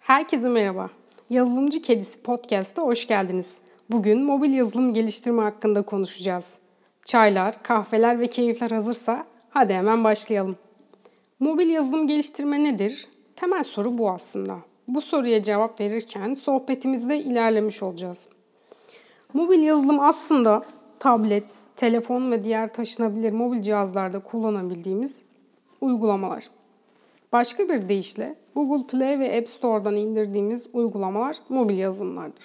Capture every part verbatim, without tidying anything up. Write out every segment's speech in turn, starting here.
Herkese merhaba. Yazılımcı Kedisi Podcast'a hoş geldiniz. Bugün mobil yazılım geliştirme hakkında konuşacağız. Çaylar, kahveler ve keyifler hazırsa hadi hemen başlayalım. Mobil yazılım geliştirme nedir? Temel soru bu aslında. Bu soruya cevap verirken sohbetimizde ilerlemiş olacağız. Mobil yazılım aslında tablet, telefon ve diğer taşınabilir mobil cihazlarda kullanabildiğimiz uygulamalar. Başka bir deyişle Google Play ve App Store'dan indirdiğimiz uygulamalar mobil yazılımlardır.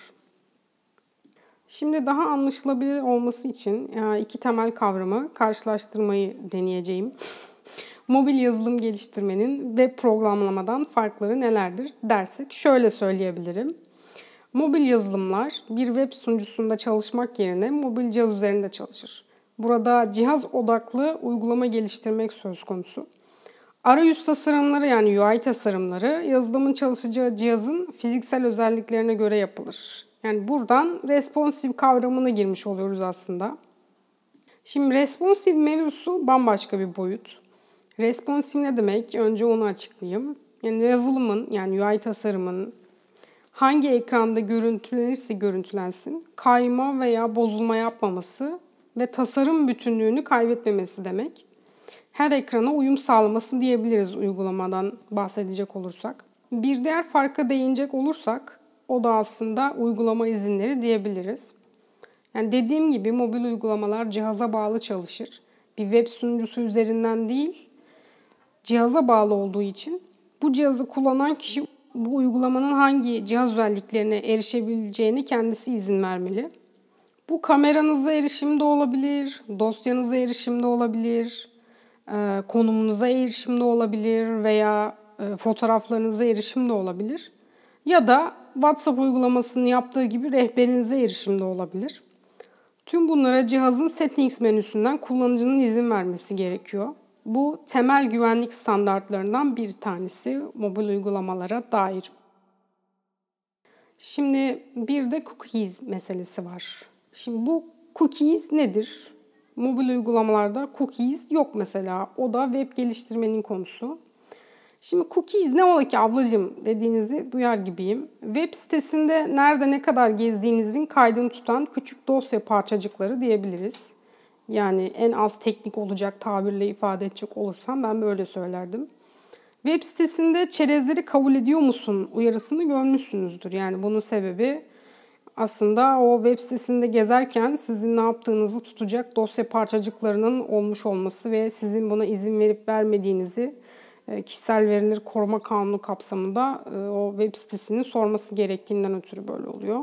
Şimdi daha anlaşılabilir olması için iki temel kavramı karşılaştırmayı deneyeceğim. Mobil yazılım geliştirmenin web programlamadan farkları nelerdir dersek şöyle söyleyebilirim. Mobil yazılımlar bir web sunucusunda çalışmak yerine mobil cihaz üzerinde çalışır. Burada cihaz odaklı uygulama geliştirmek söz konusu. Arayüz tasarımları yani U I tasarımları yazılımın çalışacağı cihazın fiziksel özelliklerine göre yapılır. Yani buradan responsive kavramına girmiş oluyoruz aslında. Şimdi responsive mevzusu bambaşka bir boyut. Responsive ne demek? Önce onu açıklayayım. Yani yazılımın yani U I tasarımının hangi ekranda görüntülenirse görüntülensin kayma veya bozulma yapmaması ve tasarım bütünlüğünü kaybetmemesi demek. Her ekrana uyum sağlaması diyebiliriz uygulamadan bahsedecek olursak. Bir diğer farka değinecek olursak o da aslında uygulama izinleri diyebiliriz. Yani dediğim gibi mobil uygulamalar cihaza bağlı çalışır. Bir web sunucusu üzerinden değil, cihaza bağlı olduğu için bu cihazı kullanan kişi bu uygulamanın hangi cihaz özelliklerine erişebileceğini kendisi izin vermeli. Bu kameranıza erişimde olabilir, dosyanıza erişimde olabilir, konumunuza erişimde olabilir veya fotoğraflarınıza erişimde olabilir. Ya da WhatsApp uygulamasının yaptığı gibi rehberinize erişimde olabilir. Tüm bunlara cihazın settings menüsünden kullanıcının izin vermesi gerekiyor. Bu temel güvenlik standartlarından bir tanesi mobil uygulamalara dair. Şimdi bir de cookies meselesi var. Şimdi bu cookies nedir? Mobil uygulamalarda cookies yok mesela. O da web geliştirmenin konusu. Şimdi cookies ne ola ki ablacığım dediğinizi duyar gibiyim. Web sitesinde nerede ne kadar gezdiğinizin kaydını tutan küçük dosya parçacıkları diyebiliriz. Yani en az teknik olacak tabirle ifade edecek olursam ben böyle söylerdim. Web sitesinde çerezleri kabul ediyor musun uyarısını görmüşsünüzdür. Yani bunun sebebi aslında o web sitesinde gezerken sizin ne yaptığınızı tutacak dosya parçacıklarının olmuş olması ve sizin buna izin verip vermediğinizi kişisel verileri koruma kanunu kapsamında o web sitesinin sorması gerektiğinden ötürü böyle oluyor.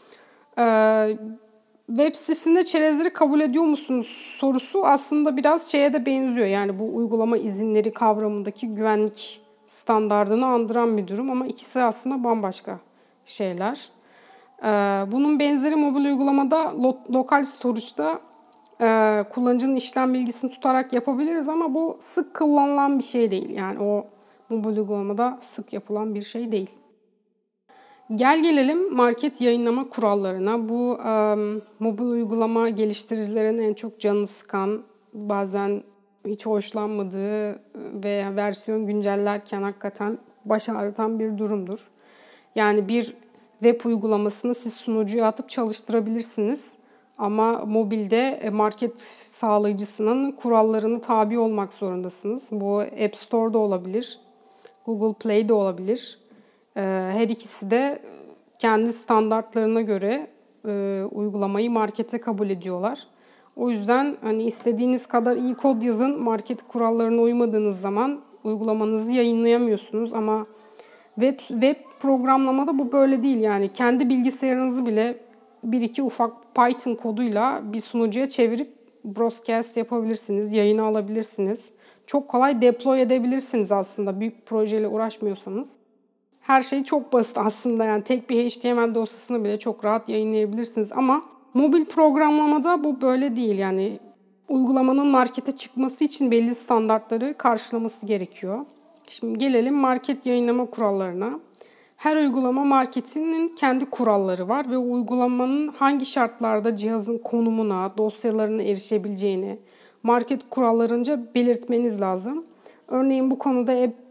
Web sitesinde çerezleri kabul ediyor musunuz sorusu aslında biraz şeye de benziyor. Yani bu uygulama izinleri kavramındaki güvenlik standardını andıran bir durum ama ikisi aslında bambaşka şeyler. Bunun benzeri mobil uygulamada lo- lokal storage'da e, kullanıcının işlem bilgisini tutarak yapabiliriz ama bu sık kullanılan bir şey değil. Yani o mobil uygulamada sık yapılan bir şey değil. Gel gelelim market yayınlama kurallarına. Bu e, mobil uygulama geliştiricilerin en çok canını sıkan, bazen hiç hoşlanmadığı veya versiyon güncellerken hakikaten baş ağrıtan bir durumdur. Yani bir web uygulamasını siz sunucuya atıp çalıştırabilirsiniz. Ama mobilde market sağlayıcısının kurallarına tabi olmak zorundasınız. Bu App Store'da olabilir, Google Play'de olabilir. Her ikisi de kendi standartlarına göre uygulamayı markete kabul ediyorlar. O yüzden hani istediğiniz kadar iyi kod yazın, market kurallarına uymadığınız zaman uygulamanızı yayınlayamıyorsunuz ama Web, web programlamada bu böyle değil yani. Kendi bilgisayarınızı bile bir iki ufak Python koduyla bir sunucuya çevirip broadcast yapabilirsiniz, yayını alabilirsiniz. Çok kolay deploy edebilirsiniz aslında büyük projeyle uğraşmıyorsanız. Her şey çok basit aslında yani tek bir H T M L dosyasını bile çok rahat yayınlayabilirsiniz ama mobil programlamada bu böyle değil yani. Uygulamanın markete çıkması için belli standartları karşılaması gerekiyor. Şimdi gelelim market yayınlama kurallarına. Her uygulama marketinin kendi kuralları var ve uygulamanın hangi şartlarda cihazın konumuna, dosyalarına erişebileceğini market kurallarınca belirtmeniz lazım. Örneğin bu konuda App,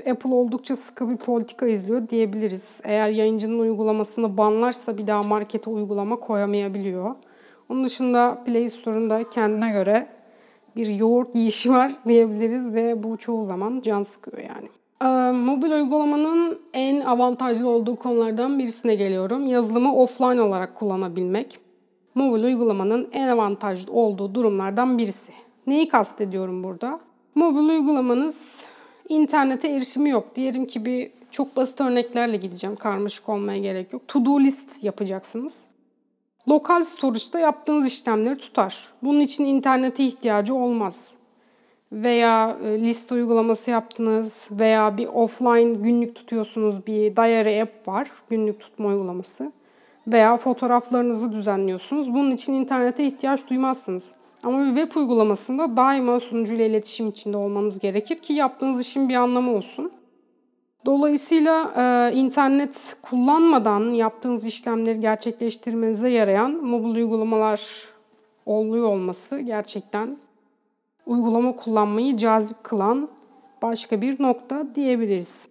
Apple oldukça sıkı bir politika izliyor diyebiliriz. Eğer yayıncının uygulamasını banlarsa bir daha markete uygulama koyamayabiliyor. Onun dışında Play Store'un da kendine göre bir yoğurt yiyişi var diyebiliriz ve bu çoğu zaman can sıkıyor yani. Ee, mobil uygulamanın en avantajlı olduğu konulardan birisine geliyorum. Yazılımı offline olarak kullanabilmek. Mobil uygulamanın en avantajlı olduğu durumlardan birisi. Neyi kastediyorum burada? Mobil uygulamanız internete erişimi yok. Diyelim ki bir çok basit örneklerle gideceğim. Karmaşık olmaya gerek yok. To-do list yapacaksınız. Lokal storage'da yaptığınız işlemleri tutar. Bunun için internete ihtiyacı olmaz. Veya liste uygulaması yaptınız veya bir offline günlük tutuyorsunuz. Bir diary app var, günlük tutma uygulaması. Veya fotoğraflarınızı düzenliyorsunuz. Bunun için internete ihtiyaç duymazsınız. Ama bir web uygulamasında daima sunucuyla iletişim içinde olmanız gerekir ki yaptığınız işin bir anlamı olsun. Dolayısıyla e, internet kullanmadan yaptığınız işlemleri gerçekleştirmenize yarayan mobil uygulamalar oluyor olması gerçekten uygulama kullanmayı cazip kılan başka bir nokta diyebiliriz.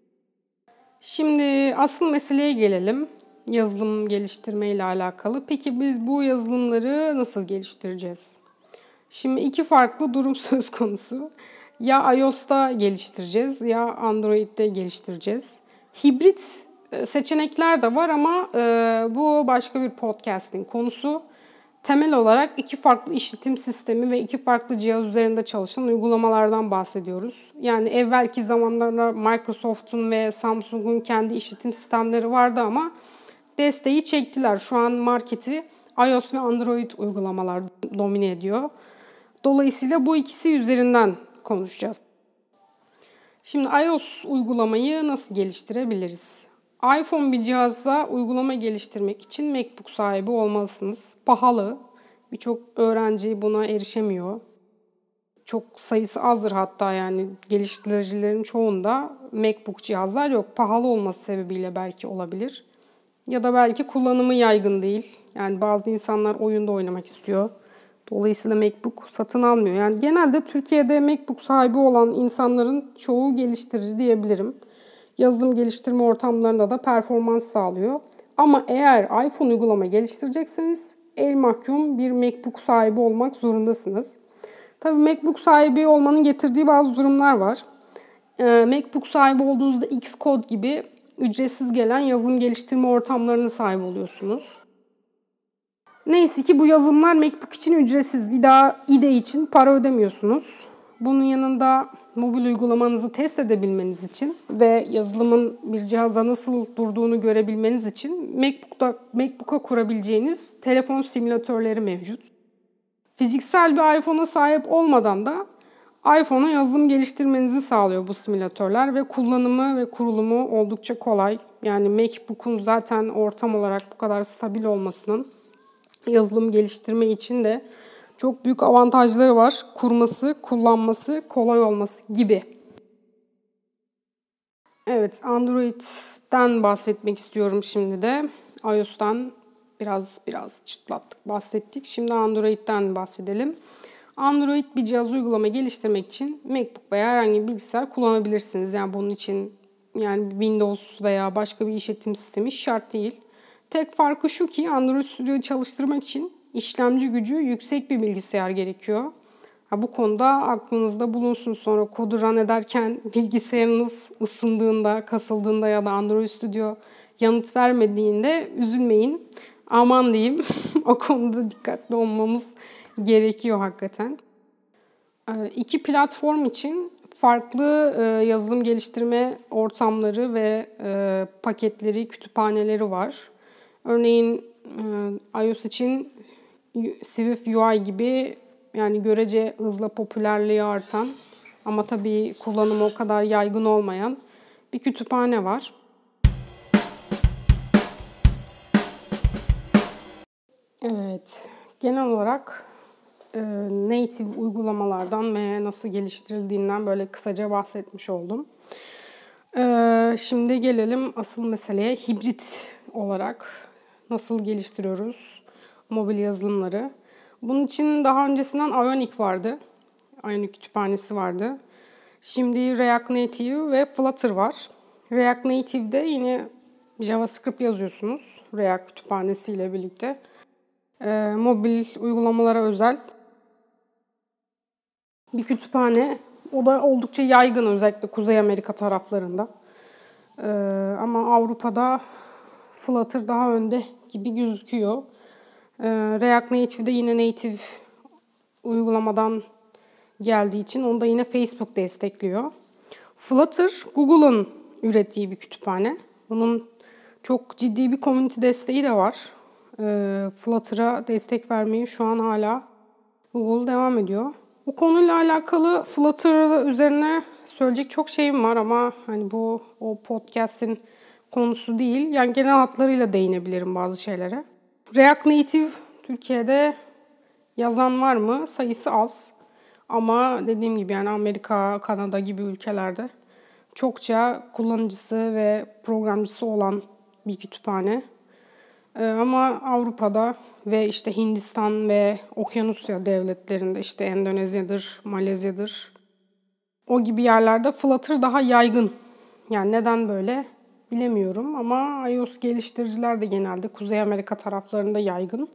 Şimdi asıl meseleye gelelim. Yazılım geliştirme ile alakalı. Peki biz bu yazılımları nasıl geliştireceğiz? Şimdi iki farklı durum söz konusu. Ya iOS'ta geliştireceğiz ya Android'de geliştireceğiz. Hibrit seçenekler de var ama e, bu başka bir podcast'in konusu. Temel olarak iki farklı işletim sistemi ve iki farklı cihaz üzerinde çalışan uygulamalardan bahsediyoruz. Yani evvelki zamanlarda Microsoft'un ve Samsung'un kendi işletim sistemleri vardı ama desteği çektiler. Şu an marketi iOS ve Android uygulamalar domine ediyor. Dolayısıyla bu ikisi üzerinden konuşacağız. Şimdi iOS uygulamayı nasıl geliştirebiliriz? iPhone bir cihazda uygulama geliştirmek için MacBook sahibi olmalısınız. Pahalı. Birçok öğrenci buna erişemiyor. Çok sayısı azdır hatta yani geliştiricilerin çoğunda MacBook cihazlar yok. Pahalı olması sebebiyle belki olabilir. Ya da belki kullanımı yaygın değil. Yani bazı insanlar oyunda oynamak istiyor. Dolayısıyla MacBook satın almıyor. Yani genelde Türkiye'de MacBook sahibi olan insanların çoğu geliştirici diyebilirim. Yazılım geliştirme ortamlarında da performans sağlıyor. Ama eğer iPhone uygulama geliştirecekseniz el mahkum bir MacBook sahibi olmak zorundasınız. Tabii MacBook sahibi olmanın getirdiği bazı durumlar var. Ee, MacBook sahibi olduğunuzda Xcode gibi ücretsiz gelen yazılım geliştirme ortamlarına sahip oluyorsunuz. Neyse ki bu yazılımlar MacBook için ücretsiz. Bir daha I D E için para ödemiyorsunuz. Bunun yanında mobil uygulamanızı test edebilmeniz için ve yazılımın bir cihazda nasıl durduğunu görebilmeniz için MacBook'ta, MacBook'a kurabileceğiniz telefon simülatörleri mevcut. Fiziksel bir iPhone'a sahip olmadan da iPhone'a yazılım geliştirmenizi sağlıyor bu simülatörler ve kullanımı ve kurulumu oldukça kolay. Yani MacBook'un zaten ortam olarak bu kadar stabil olmasının yazılım geliştirme için de çok büyük avantajları var. Kurması, kullanması, kolay olması gibi. Evet, Android'den bahsetmek istiyorum şimdi de. iOS'tan biraz biraz çıtlattık, bahsettik. Şimdi Android'den bahsedelim. Android bir cihaz uygulama geliştirmek için MacBook veya herhangi bir bilgisayar kullanabilirsiniz. Yani bunun için yani Windows veya başka bir işletim sistemi şart değil. Tek farkı şu ki Android Studio'yu çalıştırmak için işlemci gücü yüksek bir bilgisayar gerekiyor. Ha, bu konuda aklınızda bulunsun, sonra kodu run ederken bilgisayarınız ısındığında, kasıldığında ya da Android Studio yanıt vermediğinde üzülmeyin. Aman diyeyim, o konuda dikkatli olmamız gerekiyor hakikaten. İki platform için farklı yazılım geliştirme ortamları ve paketleri, kütüphaneleri var. Örneğin iOS için Swift U I gibi yani görece hızla popülerliği artan ama tabii kullanımı o kadar yaygın olmayan bir kütüphane var. Evet, genel olarak e, native uygulamalardan ve nasıl geliştirildiğinden böyle kısaca bahsetmiş oldum. E, şimdi gelelim asıl meseleye, hibrit olarak nasıl geliştiriyoruz mobil yazılımları. Bunun için daha öncesinden Ionic vardı. Ionic kütüphanesi vardı. Şimdi React Native ve Flutter var. React Native'de yine JavaScript yazıyorsunuz. React kütüphanesiyle birlikte. Ee, mobil uygulamalara özel bir kütüphane. O da oldukça yaygın, özellikle Kuzey Amerika taraflarında. Ee, ama Avrupa'da Flutter daha önde gibi gözüküyor. Ee, React Native'de yine native uygulamadan geldiği için onu da yine Facebook destekliyor. Flutter, Google'ın ürettiği bir kütüphane. Bunun çok ciddi bir community desteği de var. Ee, Flutter'a destek vermeyi şu an hala Google devam ediyor. Bu konuyla alakalı Flutter üzerine söyleyecek çok şeyim var ama hani bu o podcast'in konusu değil. Yani genel hatlarıyla değinebilirim bazı şeylere. React Native Türkiye'de yazan var mı? Sayısı az. Ama dediğim gibi yani Amerika, Kanada gibi ülkelerde çokça kullanıcısı ve programcısı olan bir kütüphane. Ee, ama Avrupa'da ve işte Hindistan ve Okyanusya devletlerinde, işte Endonezya'dır, Malezya'dır, o gibi yerlerde Flutter daha yaygın. Yani neden böyle bilemiyorum ama iOS geliştiriciler de genelde Kuzey Amerika taraflarında yaygın.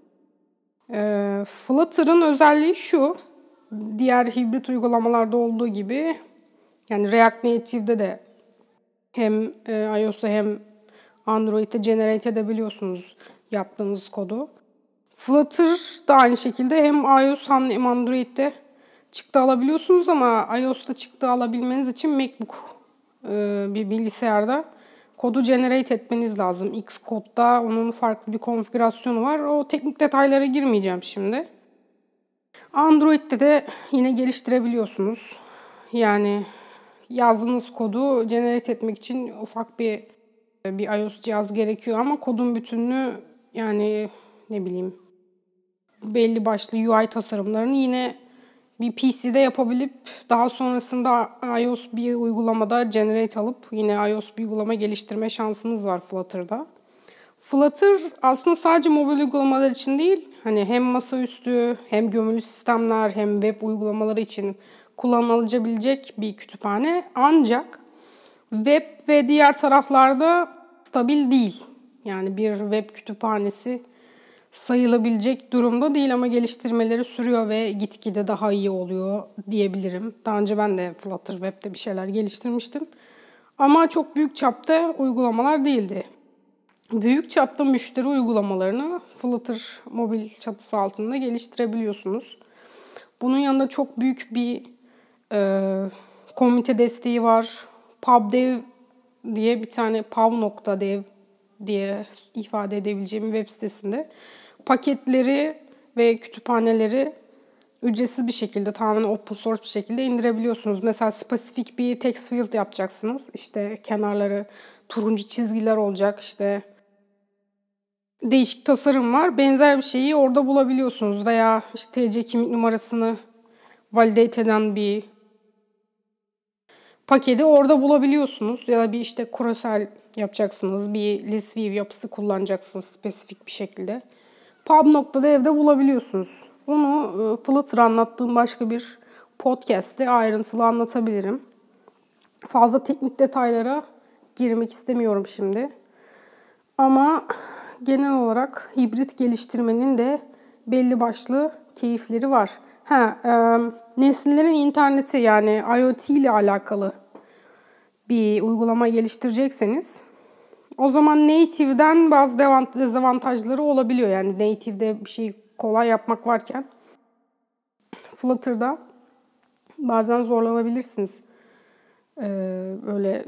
Ee, Flutter'ın özelliği şu, diğer hibrit uygulamalarda olduğu gibi, yani React Native'de de hem e, iOS'ta hem Android'de generate edebiliyorsunuz yaptığınız kodu. Flutter da aynı şekilde hem iOS hem Android'de çıktı alabiliyorsunuz ama iOS'ta çıktı alabilmeniz için MacBook e, bir bilgisayarda kodu generate etmeniz lazım. Xcode'da onun farklı bir konfigürasyonu var. O teknik detaylara girmeyeceğim şimdi. Android'de de yine geliştirebiliyorsunuz. Yani yazdığınız kodu generate etmek için ufak bir bir iOS cihaz gerekiyor ama kodun bütününü, yani ne bileyim belli başlı U I tasarımlarını yine bir P C'de yapabilip daha sonrasında iOS bir uygulamada generate alıp yine iOS bir uygulama geliştirme şansınız var Flutter'da. Flutter aslında sadece mobil uygulamalar için değil, hani hem masaüstü hem gömülü sistemler hem web uygulamaları için kullanılabilecek bir kütüphane. Ancak web ve diğer taraflarda stabil değil. Yani bir web kütüphanesi sayılabilecek durumda değil ama geliştirmeleri sürüyor ve gitgide daha iyi oluyor diyebilirim. Daha önce ben de Flutter Web'de bir şeyler geliştirmiştim. Ama çok büyük çapta uygulamalar değildi. Büyük çapta müşteri uygulamalarını Flutter mobil çatısı altında geliştirebiliyorsunuz. Bunun yanında çok büyük bir e, komite desteği var. PubDev diye bir tane pub.dev diye ifade edebileceğim web sitesinde paketleri ve kütüphaneleri ücretsiz bir şekilde, tamamen open source bir şekilde indirebiliyorsunuz. Mesela spesifik bir text field yapacaksınız. İşte kenarları turuncu çizgiler olacak. İşte değişik tasarım var. Benzer bir şeyi orada bulabiliyorsunuz. Veya işte T C kimlik numarasını validate eden bir paketi orada bulabiliyorsunuz. Ya da bir işte carousel yapacaksınız. Bir list view yapısı kullanacaksınız spesifik bir şekilde. Pub.dev'de bulabiliyorsunuz. Onu Flutter anlattığım başka bir podcast'te ayrıntılı anlatabilirim. Fazla teknik detaylara girmek istemiyorum şimdi. Ama genel olarak hibrit geliştirmenin de belli başlı keyifleri var. Ha, e, nesnelerin interneti, yani IoT ile alakalı bir uygulama geliştirecekseniz o zaman native'den bazı dezavantajları olabiliyor. Yani native'de bir şeyi kolay yapmak varken Flutter'da bazen zorlanabilirsiniz. Ee, böyle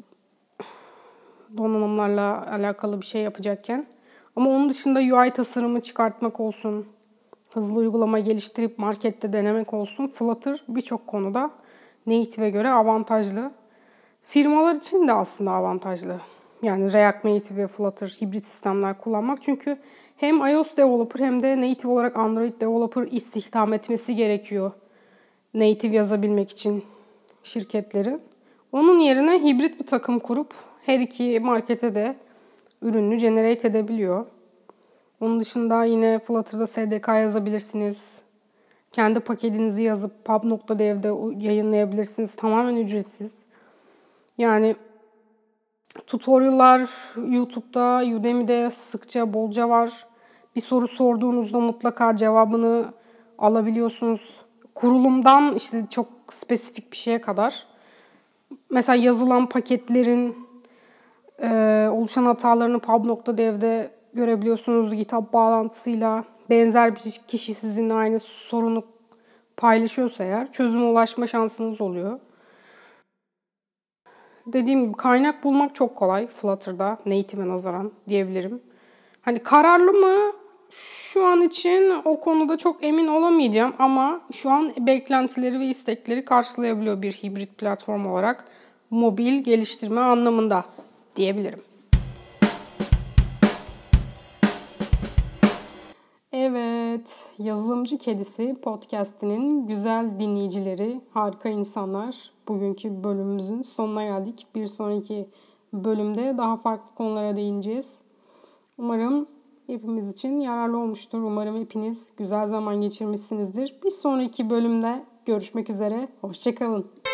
donanımlarla alakalı bir şey yapacakken. Ama onun dışında U I tasarımı çıkartmak olsun, hızlı uygulama geliştirip markette denemek olsun, Flutter birçok konuda native'e göre avantajlı. Firmalar için de aslında avantajlı. Yani React Native ve Flutter hibrit sistemler kullanmak. Çünkü hem iOS developer hem de native olarak Android developer istihdam etmesi gerekiyor native yazabilmek için şirketlerin. Onun yerine hibrit bir takım kurup her iki markete de ürünü generate edebiliyor. Onun dışında yine Flutter'da S D K yazabilirsiniz. Kendi paketinizi yazıp pub nokta dev'de yayınlayabilirsiniz. Tamamen ücretsiz. Yani tutorial'lar YouTube'da, Udemy'de sıkça bolca var. Bir soru sorduğunuzda mutlaka cevabını alabiliyorsunuz. Kurulumdan işte çok spesifik bir şeye kadar. Mesela yazılan paketlerin e, oluşan hatalarını pub nokta dev'de görebiliyorsunuz. GitHub bağlantısıyla benzer bir kişi sizinle aynı sorunu paylaşıyorsa eğer çözüme ulaşma şansınız oluyor. Dediğim gibi kaynak bulmak çok kolay Flutter'da, native'e nazaran diyebilirim. Hani kararlı mı? Şu an için o konuda çok emin olamayacağım ama şu an beklentileri ve istekleri karşılayabiliyor bir hibrit platform olarak mobil geliştirme anlamında diyebilirim. Evet, Yazılımcı Kedisi podcast'inin güzel dinleyicileri, harika insanlar. Bugünkü bölümümüzün sonuna geldik. Bir sonraki bölümde daha farklı konulara değineceğiz. Umarım hepimiz için yararlı olmuştur. Umarım hepiniz güzel zaman geçirmişsinizdir. Bir sonraki bölümde görüşmek üzere. Hoşça kalın.